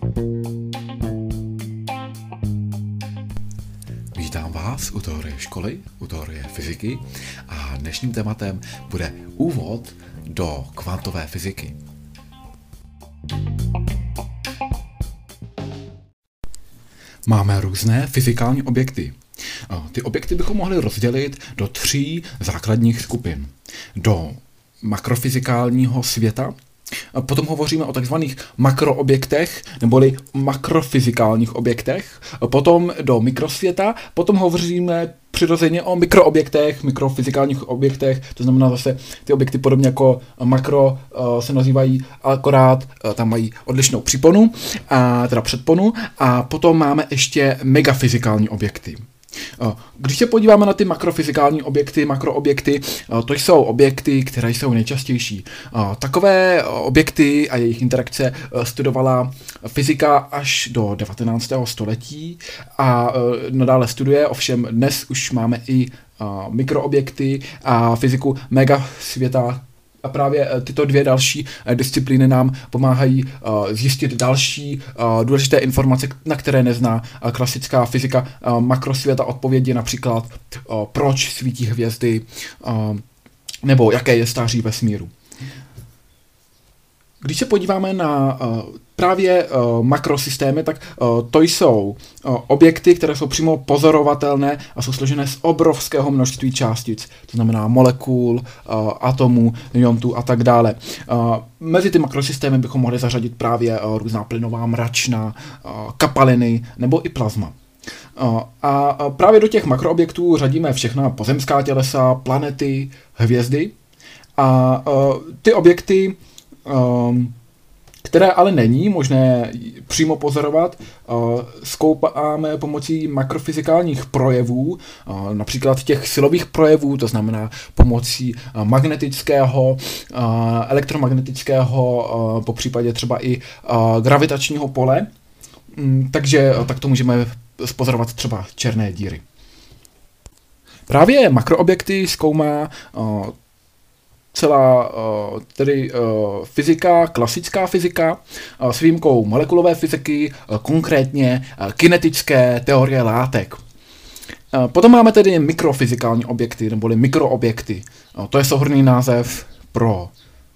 Vítám vás u teorie školy, u teorie fyziky a dnešním tématem bude úvod do kvantové fyziky. Máme různé fyzikální objekty. Ty objekty bychom mohli rozdělit do 3 základních skupin. Do makrofyzikálního světa, potom hovoříme o takzvaných makroobjektech, neboli makrofyzikálních objektech, potom do mikrosvěta, potom hovoříme přirozeně o mikroobjektech, mikrofyzikálních objektech, to znamená zase ty objekty podobně jako makro se nazývají, akorát tam mají odlišnou příponu, teda předponu, a potom máme ještě megafyzikální objekty. Když se podíváme na ty makrofyzikální objekty, makroobjekty, to jsou objekty, které jsou nejčastější. Takové objekty a jejich interakce studovala fyzika až do 19. století a nadále studuje, ovšem dnes už máme i mikroobjekty a fyziku megasvěta. A právě tyto 2 další disciplíny nám pomáhají zjistit další důležité informace, na které nezná klasická fyzika makrosvěta, odpovědi například proč svítí hvězdy nebo jaké je stáří vesmíru. Když se podíváme na právě makrosystémy, tak to jsou objekty, které jsou přímo pozorovatelné a jsou složené z obrovského množství částic, to znamená molekul, atomů, iontů a tak dále. Mezi ty makrosystémy bychom mohli zařadit právě různá plynová mračna, kapaliny nebo i plazma. A právě do těch makroobjektů řadíme všechna pozemská tělesa, planety, hvězdy a ty objekty, které ale není možné přímo pozorovat, zkoumáme pomocí makrofyzikálních projevů, například těch silových projevů, to znamená pomocí magnetického, elektromagnetického, popřípadě třeba i gravitačního pole, takže takto můžeme pozorovat třeba černé díry. Právě makroobjekty zkoumá celá fyzika, klasická fyzika, s výjimkou molekulové fyziky, konkrétně kinetické teorie látek. Potom máme tedy mikrofyzikální objekty, neboli mikroobjekty. To je souhrnný název pro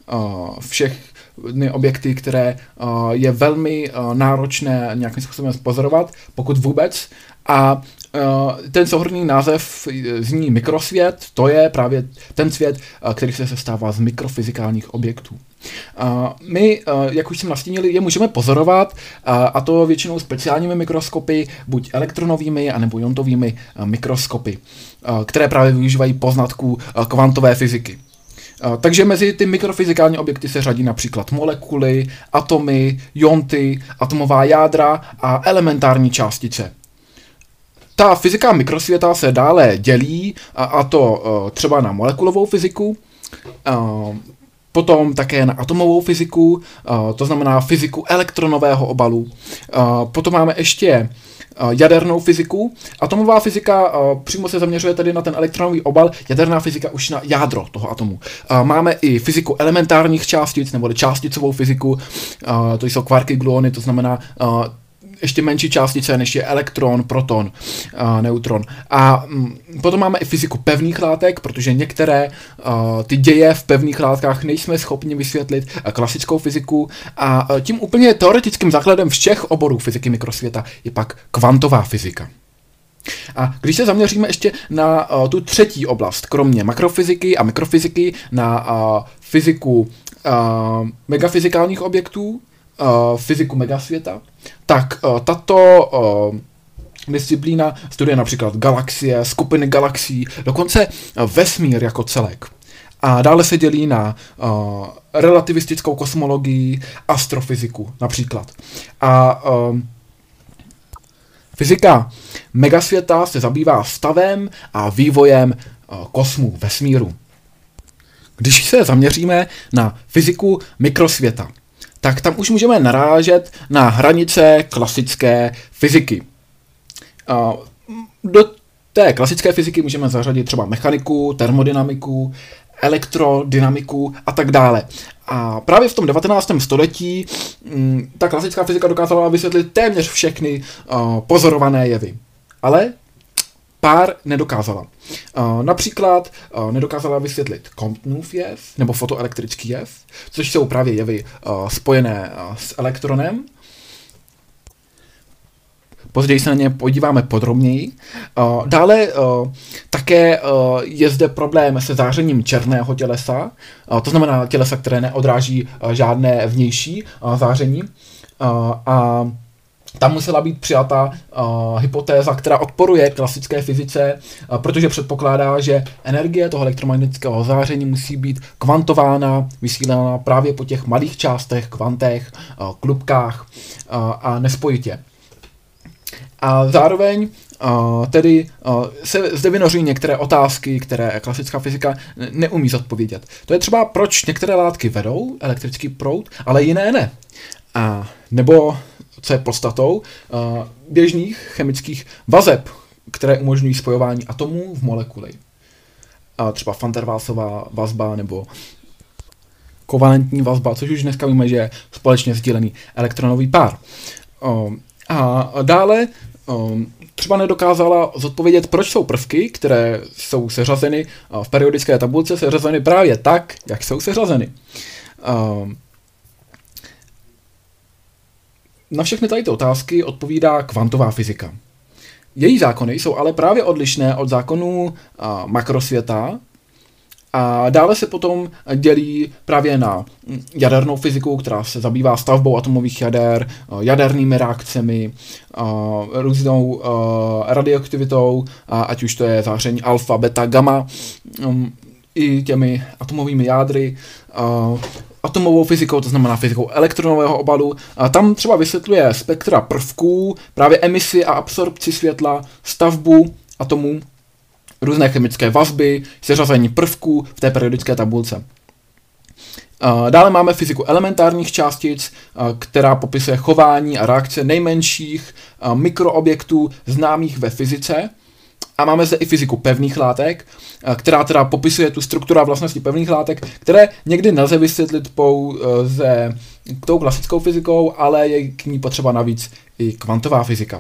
všechny objekty, které je velmi náročné nějakým způsobem pozorovat, pokud vůbec. A ten souhrnný název zní mikrosvět, to je právě ten svět, který se sestává z mikrofyzikálních objektů. My, jak už jsem nastínil, je můžeme pozorovat, a to většinou speciálními mikroskopy, buď elektronovými, anebo iontovými mikroskopy, které právě využívají poznatků kvantové fyziky. Takže mezi ty mikrofyzikální objekty se řadí například molekuly, atomy, ionty, atomová jádra a elementární částice. Ta fyzika mikrosvěta se dále dělí, a to třeba na molekulovou fyziku, potom také na atomovou fyziku, to znamená fyziku elektronového obalu. Potom máme ještě jadernou fyziku. Atomová fyzika přímo se zaměřuje tedy na ten elektronový obal, jaderná fyzika už na jádro toho atomu. Máme i fyziku elementárních částic, neboli částicovou fyziku, to jsou kvarky, gluony, to znamená ještě menší částice, než je elektron, proton, neutron. A potom máme i fyziku pevných látek, protože některé ty děje v pevných látkách nejsme schopni vysvětlit klasickou fyziku a tím úplně teoretickým základem všech oborů fyziky mikrosvěta je pak kvantová fyzika. A když se zaměříme ještě na tu třetí oblast, kromě makrofyziky a mikrofyziky, na fyziku megafyzikálních objektů, fyziku megasvěta, tak tato disciplína studuje například galaxie, skupiny galaxií, dokonce vesmír jako celek. A dále se dělí na relativistickou kosmologii, astrofyziku například. A fyzika megasvěta se zabývá stavem a vývojem kosmu, vesmíru. Když se zaměříme na fyziku mikrosvěta, tak tam už můžeme narážet na hranice klasické fyziky. Do té klasické fyziky můžeme zařadit třeba mechaniku, termodynamiku, elektrodynamiku a tak dále. A právě v tom 19. století ta klasická fyzika dokázala vysvětlit téměř všechny pozorované jevy. Ale pár nedokázala. Například nedokázala vysvětlit Comptonův jev nebo fotoelektrický jev, což jsou právě jevy spojené s elektronem. Později se na ně podíváme podrobněji. Dále také je zde problém se zářením černého tělesa, to znamená tělesa, které neodráží žádné vnější záření. A tam musela být přijata hypotéza, která odporuje klasické fyzice, protože předpokládá, že energie toho elektromagnetického záření musí být kvantována, vysílána právě po těch malých částech, kvantech, klubkách a nespojitě. A zároveň tedy se zde vynoří některé otázky, které klasická fyzika neumí zodpovědět. To je třeba, proč některé látky vedou elektrický proud, ale jiné ne. Nebo co je podstatou běžných chemických vazeb, které umožňují spojování atomů v molekuly. Třeba van der Waalsová vazba nebo kovalentní vazba, což už dneska víme, že je společně sdílený elektronový pár. A dále třeba nedokázala zodpovědět, proč jsou prvky, které jsou seřazeny v periodické tabulce, seřazeny právě tak, jak jsou seřazeny. Na všechny tady ty otázky odpovídá kvantová fyzika. Její zákony jsou ale právě odlišné od zákonů makrosvěta a dále se potom dělí právě na jadernou fyziku, která se zabývá stavbou atomových jader, jadernými reakcemi, různou radioaktivitou, ať už to je záření alfa, beta, gamma, i těmi atomovými jádry, atomovou fyzikou, to znamená fyzikou elektronového obalu. A tam třeba vysvětluje spektra prvků, právě emisi a absorpci světla, stavbu atomů, různé chemické vazby, seřazení prvků v té periodické tabulce. Dále máme fyziku elementárních částic, která popisuje chování a reakce nejmenších mikroobjektů známých ve fyzice. A máme zde i fyziku pevných látek, která teda popisuje tu strukturu a vlastnosti pevných látek, které někdy nelze vysvětlit pouze tou klasickou fyzikou, ale je k ní potřeba navíc i kvantová fyzika.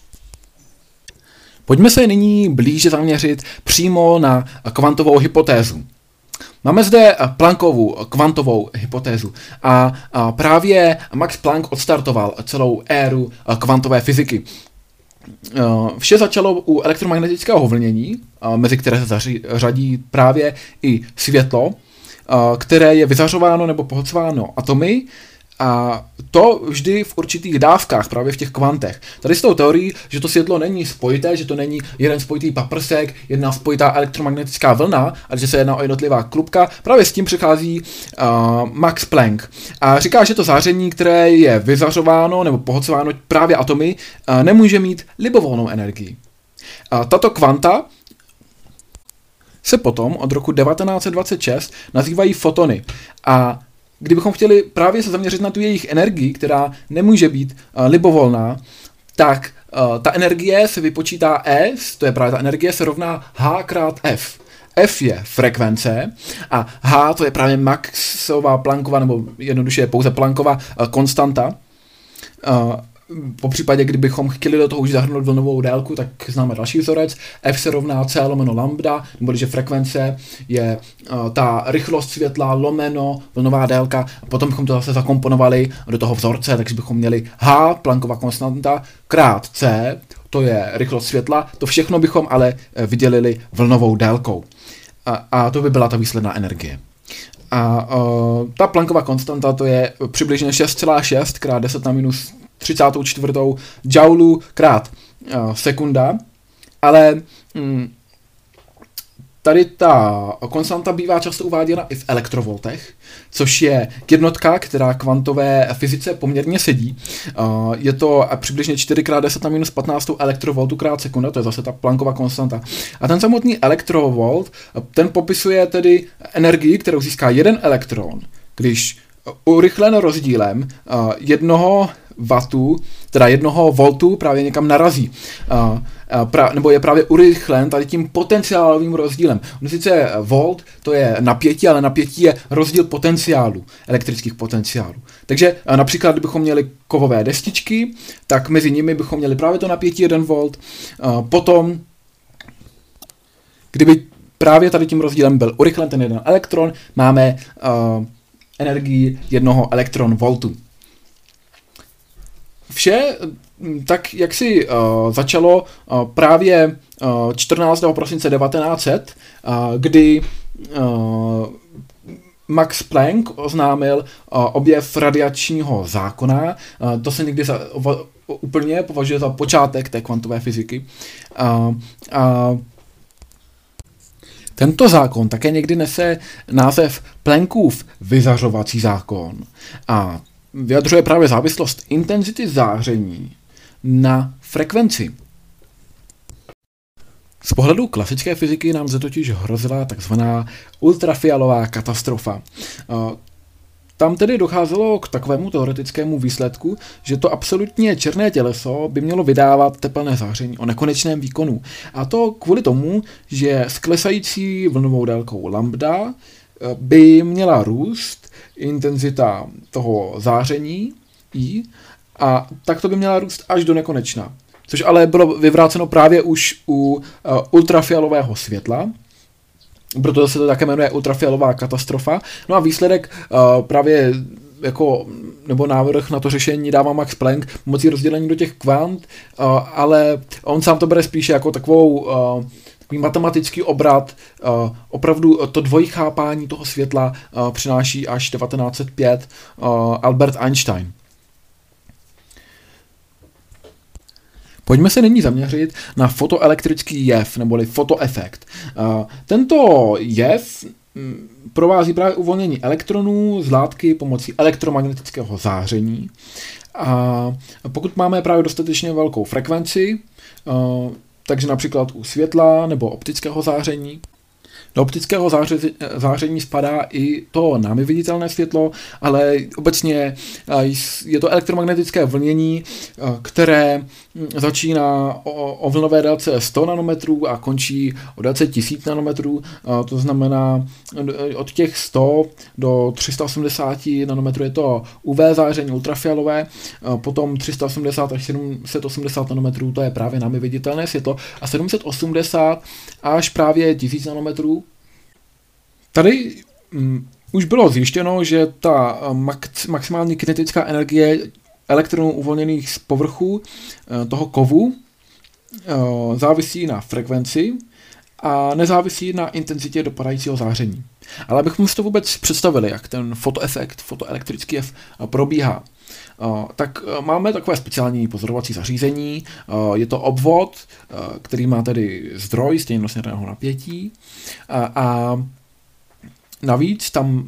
Pojďme se nyní blíže zaměřit přímo na kvantovou hypotézu. Máme zde Planckovu kvantovou hypotézu a právě Max Planck odstartoval celou éru kvantové fyziky. Vše začalo u elektromagnetického vlnění, mezi které se řadí právě i světlo, které je vyzařováno nebo pohlcováno atomy, a to vždy v určitých dávkách, právě v těch kvantech. Tady s tou teorií, že to světlo není spojité, že to není jeden spojitý paprsek, jedna spojitá elektromagnetická vlna, ale že se jedná o jednotlivá klubka, právě s tím přichází Max Planck. A říká, že to záření, které je vyzařováno nebo pohlcováno právě atomy, nemůže mít libovolnou energii. Tato kvanta se potom od roku 1926 nazývají fotony. A kdybychom chtěli právě se zaměřit na tu jejich energii, která nemůže být libovolná, tak ta energie se vypočítá S, to je právě ta energie, se rovná H krát F. F je frekvence a H to je právě Maxová Planckova, nebo jednoduše pouze Planckova konstanta. Po případě, kdybychom chtěli do toho už zahrnout vlnovou délku, tak známe další vzorec. F se rovná C lomeno lambda, nebo když frekvence je ta rychlost světla lomeno vlnová délka. Potom bychom to zase zakomponovali do toho vzorce, takže bychom měli H, Planckova konstanta, krát C, to je rychlost světla. To všechno bychom ale vydělili vlnovou délkou. A to by byla ta výsledná energie. A ta Planckova konstanta to je přibližně 6,6 krát 10 na minus 34. joulů krát sekunda, ale tady ta konstanta bývá často uváděna i v elektrovoltech, což je jednotka, která kvantové fyzice poměrně sedí. Je to přibližně 4 krát 10 na minus 15 elektrovoltů krát sekunda, to je zase ta Planckova konstanta. A ten samotný elektrovolt, ten popisuje tedy energii, kterou získá jeden elektron, když urychlen rozdílem jednoho voltu právě někam narazí. nebo je právě urychlen tady tím potenciálovým rozdílem. On sice volt, to je napětí, ale napětí je rozdíl potenciálu, elektrických potenciálů. Takže například, kdybychom měli kovové destičky, tak mezi nimi bychom měli právě to napětí 1 volt. Potom, kdyby právě tady tím rozdílem byl urychlen ten jeden elektron, máme energii 1 elektron voltu. Vše tak, jak si začalo právě 14. prosince 1900, kdy Max Planck oznámil objev radiačního zákona. To se někdy úplně považuje za počátek té kvantové fyziky. Tento zákon také někdy nese název Planckův vyzařovací zákon a vyjadřuje právě závislost intenzity záření na frekvenci. Z pohledu klasické fyziky nám zde totiž hrozila takzvaná ultrafialová katastrofa. Tam tedy docházelo k takovému teoretickému výsledku, že to absolutně černé těleso by mělo vydávat tepelné záření o nekonečném výkonu. A to kvůli tomu, že s klesající vlnovou délkou lambda by měla růst intenzita toho záření I a tak to by měla růst až do nekonečna. Což ale bylo vyvráceno právě už u ultrafialového světla, proto se to také jmenuje ultrafialová katastrofa. No a výsledek právě jako, nebo návrh na to řešení dává Max Planck pomocí rozdělení do těch kvant, ale on sám to bere spíše jako takový matematický obrat. Opravdu to dvojí chápání toho světla přináší až 1905 Albert Einstein. Pojďme se nyní zaměřit na fotoelektrický jev, neboli fotoefekt. Tento jev provází právě uvolnění elektronů z látky pomocí elektromagnetického záření. A pokud máme právě dostatečně velkou frekvenci, takže například u světla nebo optického záření, do optického záření spadá i to námi viditelné světlo, ale obecně je to elektromagnetické vlnění, které začíná o vlnové délce 100 nanometrů a končí o délce 1000 nanometrů. To znamená od těch 100 do 380 nanometrů je to UV záření ultrafialové, potom 380 až 780 nanometrů to je právě námi viditelné světlo a 780 až právě 1000 nanometrů. Tady už bylo zjištěno, že ta maximální kinetická energie elektronů uvolněných z povrchu toho kovu závisí na frekvenci a nezávisí na intenzitě dopadajícího záření. Ale abychom si to vůbec představili, jak ten fotoefekt, fotoelektrický jev probíhá, tak máme takové speciální pozorovací zařízení. Je to obvod, který má tedy zdroj stejnosměrného napětí a navíc tam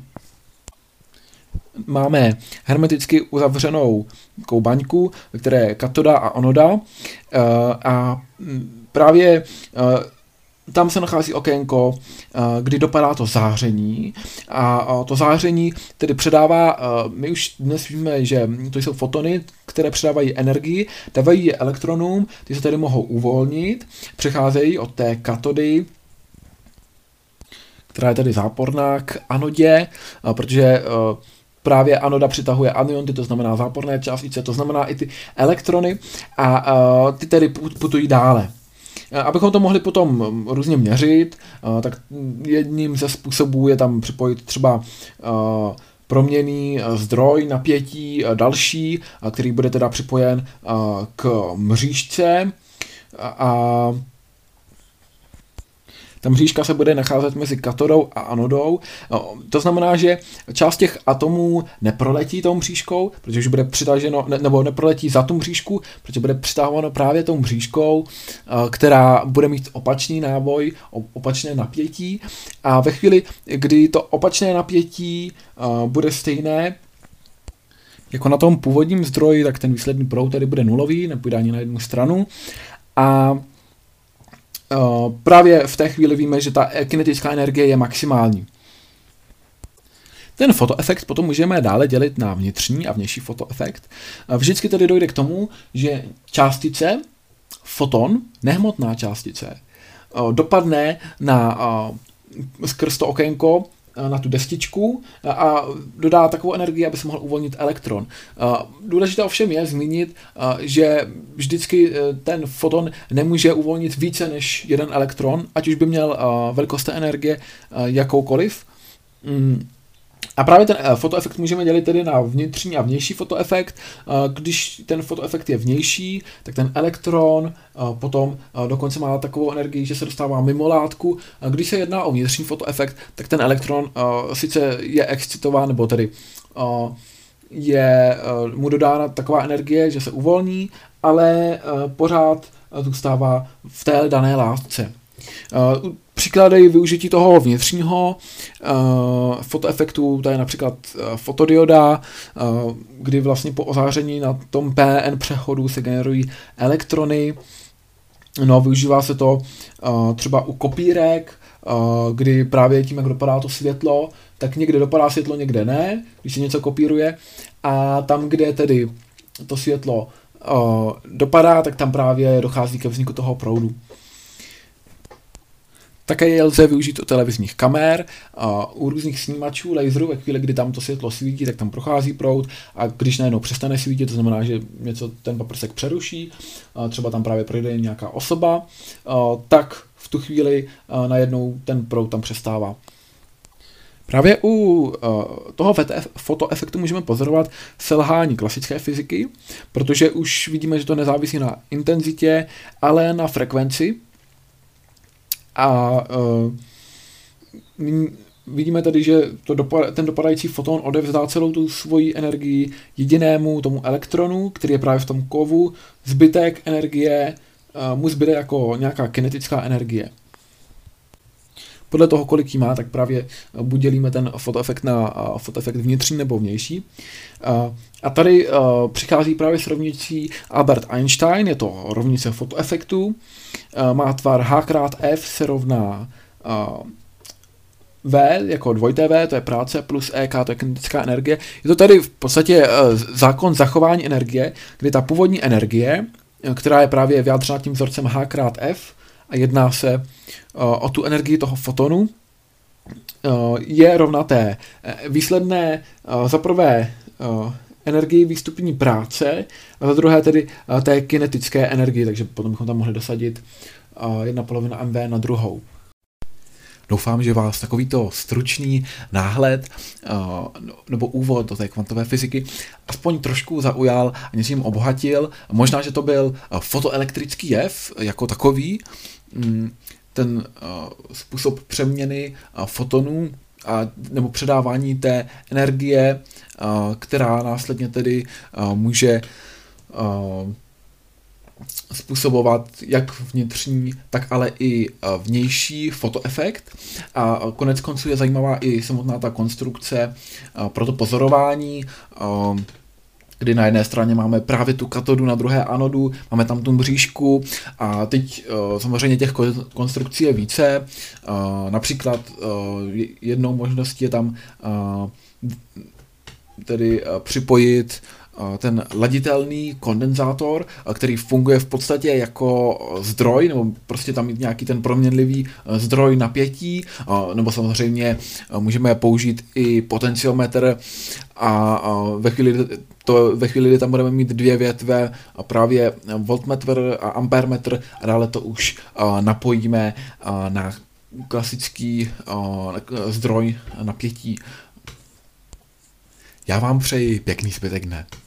máme hermeticky uzavřenou takovou baňku, které je katoda a anoda a právě tam se nachází okénko, kdy dopadá to záření a to záření tedy předává, my už dnes víme, že to jsou fotony, které předávají energii, dávají je elektronům, ty se tedy mohou uvolnit, přecházejí od té katody, která je tedy záporná, k anodě, protože právě anoda přitahuje anionty, to znamená záporné částice, to znamená i ty elektrony a ty tedy putují dále. Abychom to mohli potom různě měřit, tak jedním ze způsobů je tam připojit třeba proměnný zdroj napětí další, který bude teda připojen k mřížce a ta mřížka se bude nacházet mezi katodou a anodou. To znamená, že část těch atomů neproletí tou mřížkou, protože už bude přitaženo, nebo neproletí za tu mřížku, protože bude přitahováno právě tou mřížkou, která bude mít opačný náboj, opačné napětí. A ve chvíli, kdy to opačné napětí bude stejné jako na tom původním zdroji, tak ten výsledný proud tedy bude nulový, nepůjde ani na jednu stranu. A právě v té chvíli víme, že ta kinetická energie je maximální. Ten fotoefekt potom můžeme dále dělit na vnitřní a vnější fotoefekt. Vždycky tedy dojde k tomu, že částice foton, nehmotná částice, dopadne skrz to okénko na tu destičku a dodá takovou energii, aby se mohl uvolnit elektron. Důležité ovšem je zmínit, že vždycky ten foton nemůže uvolnit více než jeden elektron, ať už by měl velikost té energie jakoukoliv. A právě ten fotoefekt můžeme dělit tedy na vnitřní a vnější fotoefekt. Když ten fotoefekt je vnější, tak ten elektron potom dokonce má takovou energii, že se dostává mimo látku. Když se jedná o vnitřní fotoefekt, tak ten elektron sice je excitován, nebo tedy je mu dodána taková energie, že se uvolní, ale pořád zůstává v té dané látce. Příklady využití toho vnitřního fotoefektu, to je například fotodioda, kdy vlastně po ozáření na tom PN přechodu se generují elektrony. No, využívá se to třeba u kopírek, kdy právě tím, jak dopadá to světlo, tak někde dopadá světlo, někde ne, když se něco kopíruje. A tam, kde tedy to světlo dopadá, tak tam právě dochází ke vzniku toho proudu. Také je lze využít u televizních kamer, u různých snímačů laserů, ve chvíli, kdy tam to světlo svítí, tak tam prochází proud a když najednou přestane svítit, to znamená, že něco ten paprsek přeruší, třeba tam právě projde nějaká osoba, tak v tu chvíli najednou ten proud tam přestává. Právě u toho fotoefektu můžeme pozorovat selhání klasické fyziky, protože už vidíme, že to nezávisí na intenzitě, ale na frekvenci. A vidíme tady, že ten dopadající foton odevzdá celou tu svoji energii jedinému tomu elektronu, který je právě v tom kovu. Zbytek energie mu zbyde jako nějaká kinetická energie. Podle toho, kolik jí má, tak právě buď dělíme ten fotoefekt na fotoefekt vnitřní nebo vnější. A tady přichází právě s rovnicí Albert Einstein, je to rovnice fotoefektu, má tvar H krát F se rovná V jako dvojité V, to je práce, plus EK, to je kinetická energie. Je to tady v podstatě zákon zachování energie, kdy ta původní energie, která je právě vyjádřena tím vzorcem H krát F, a jedná se o tu energii toho fotonu, je rovna té výsledné za prvé energii výstupní práce a za druhé tedy té kinetické energii, takže potom bychom tam mohli dosadit 1/2 mv na druhou. Doufám, že vás takovýto stručný náhled nebo úvod do té kvantové fyziky aspoň trošku zaujal a něčím obohatil. Možná, že to byl fotoelektrický jev jako takový, ten způsob přeměny fotonů nebo předávání té energie, která následně tedy může způsobovat jak vnitřní, tak ale i vnější fotoefekt. A konec konců je zajímavá i samotná ta konstrukce pro to pozorování, kdy na jedné straně máme právě tu katodu, na druhé anodu, máme tam tu mřížku a teď samozřejmě těch konstrukcí je více. Například jednou možností je tam tedy připojit ten laditelný kondenzátor, který funguje v podstatě jako zdroj, nebo prostě tam mít nějaký ten proměnlivý zdroj napětí, nebo samozřejmě můžeme použít i potenciometr a ve chvíli, kdy tam budeme mít dvě větve, a právě voltmetr a ampermetr, a dále to už napojíme na klasický zdroj napětí. Já vám přeji pěkný zbytek dne.